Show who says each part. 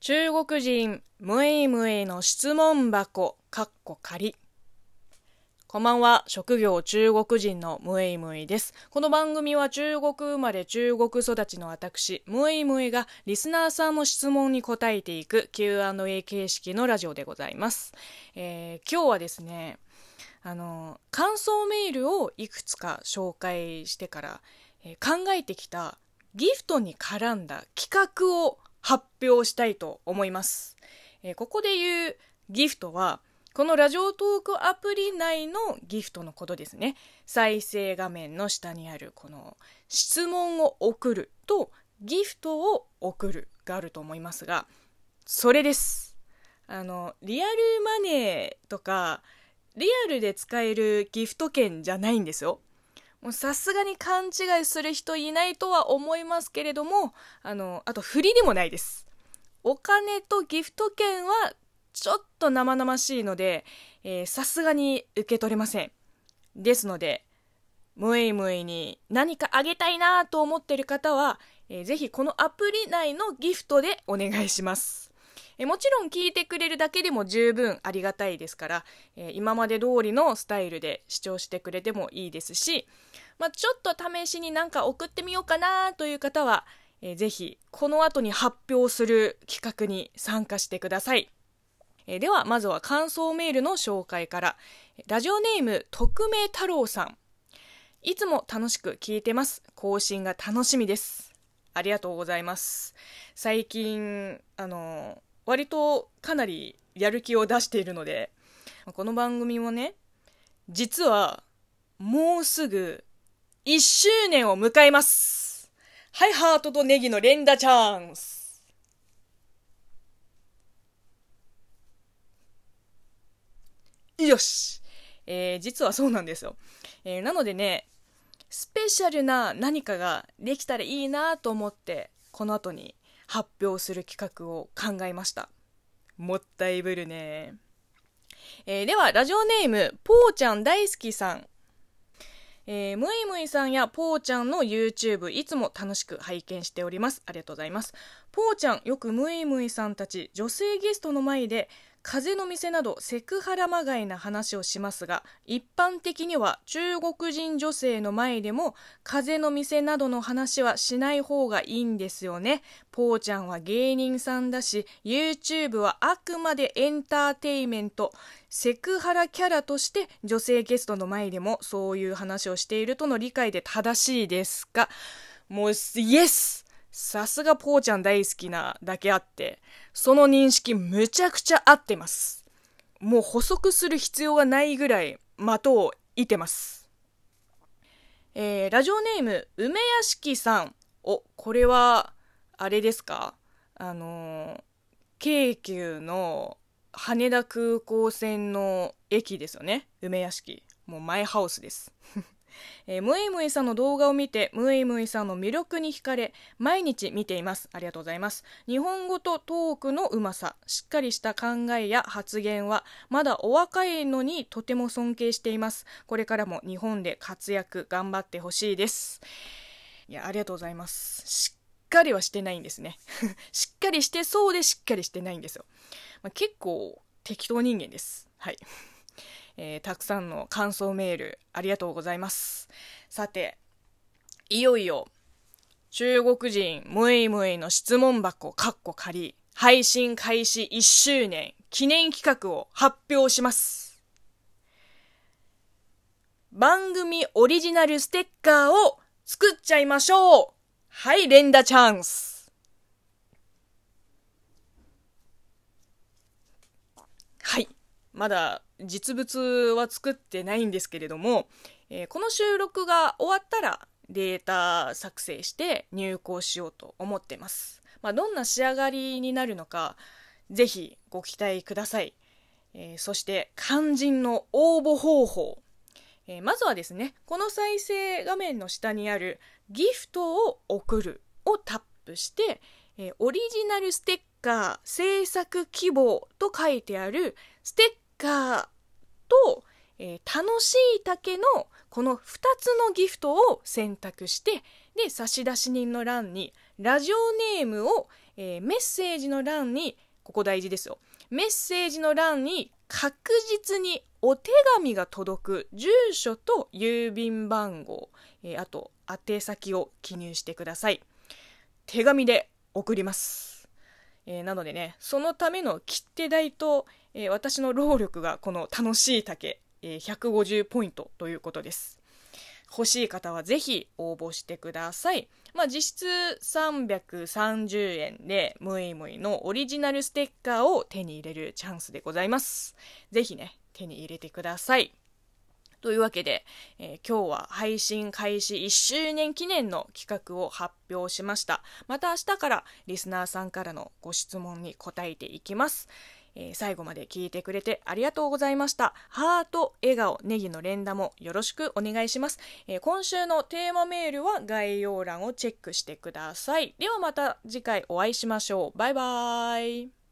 Speaker 1: 中国人ムイムイの質問箱仮。こんばんは。職業中国人のムイムイです。この番組は中国生まれ中国育ちの私ムイムイがリスナーさんの質問に答えていく Q&A 形式のラジオでございます。今日はですね、感想メールをいくつか紹介してから、考えてきたギフトに絡んだ企画を発表したいと思います。ここで言うギフトはこのラジオトークアプリ内のギフトのことですね。再生画面の下にあるこの質問を送るとギフトを送るがあると思いますが、それです。リアルマネーとかリアルで使えるギフト券じゃないんですよ。もうさすがに勘違いする人いないとは思いますけれども、あと振りでもないです。お金とギフト券はちょっと生々しいので、さすがに受け取れません。ですので、ムイムイに何かあげたいなと思っている方は、ぜひこのアプリ内のギフトでお願いします。もちろん聞いてくれるだけでも十分ありがたいですから、今まで通りのスタイルで視聴してくれてもいいですし、ちょっと試しになんか送ってみようかなという方は、ぜひこの後に発表する企画に参加してください。ではまずは感想メールの紹介から。ラジオネーム匿名太郎さん。いつも楽しく聞いてます。更新が楽しみです。ありがとうございます。最近割とかなりやる気を出しているので、この番組もね、実はもうすぐ1周年を迎えます。はい、ハートとネギの連打チャンス。よし、実はそうなんですよ。なのでね、スペシャルな何かができたらいいなと思ってこの後に発表する企画を考えました。もったいぶるね。ではラジオネームぽーちゃん大好きさん。ムイムイさんやぽーちゃんの YouTube いつも楽しく拝見しております。ありがとうございます。ぽーちゃんよくムイムイさんたち女性ゲストの前で風の店などセクハラまがいな話をしますが、一般的には中国人女性の前でも風の店などの話はしない方がいいんですよね。ぽーちゃんは芸人さんだし YouTube はあくまでエンターテイメント、セクハラキャラとして女性ゲストの前でもそういう話をしているとの理解で正しいですか？もうイエス、さすがぽーちゃん大好きなだけあってその認識むちゃくちゃ合ってます。もう補足する必要がないぐらい的を射てます。ラジオネーム梅屋敷さん。これはあれですか？京急の羽田空港線の駅ですよね。梅屋敷。もうマイハウスです。ムイムイさんの動画を見てムイムイさんの魅力に惹かれ毎日見ています。ありがとうございます。日本語とトークのうまさ、しっかりした考えや発言はまだお若いのにとても尊敬しています。これからも日本で活躍頑張ってほしいです。いや、ありがとうございます。しっかりはしてないんですね。しっかりしてそうでしっかりしてないんですよ。結構適当人間です。はい。たくさんの感想メールありがとうございます。さて、いよいよ中国人ムイムイの質問箱仮配信開始1周年記念企画を発表します。番組オリジナルステッカーを作っちゃいましょう。はい、連打チャンス。はい、まだ実物は作ってないんですけれども、この収録が終わったらデータ作成して入稿しようと思ってます。どんな仕上がりになるのかぜひご期待ください。そして肝心の応募方法、まずはですね、この再生画面の下にあるギフトを送るをタップして、オリジナルステッカー制作希望と書いてあるステッカーと、楽しい竹のこの2つのギフトを選択して、で差出人の欄にラジオネームを、 メッセージの欄に、ここ大事ですよ。メッセージの欄に確実にお手紙が届く住所と郵便番号、あと宛先を記入してください。手紙で送ります。なのでね、そのための切手代と、私の労力がこの楽しい竹、150ポイントということです。欲しい方はぜひ応募してください。実質330円でムイムイのオリジナルステッカーを手に入れるチャンスでございます。ぜひね、手に入れてください。というわけで、今日は配信開始1周年記念の企画を発表しました。また明日からリスナーさんからのご質問に答えていきます。最後まで聞いてくれてありがとうございました。ハート、笑顔、ネギの連打もよろしくお願いします。今週のテーマメールは概要欄をチェックしてください。ではまた次回お会いしましょう。バイバーイ。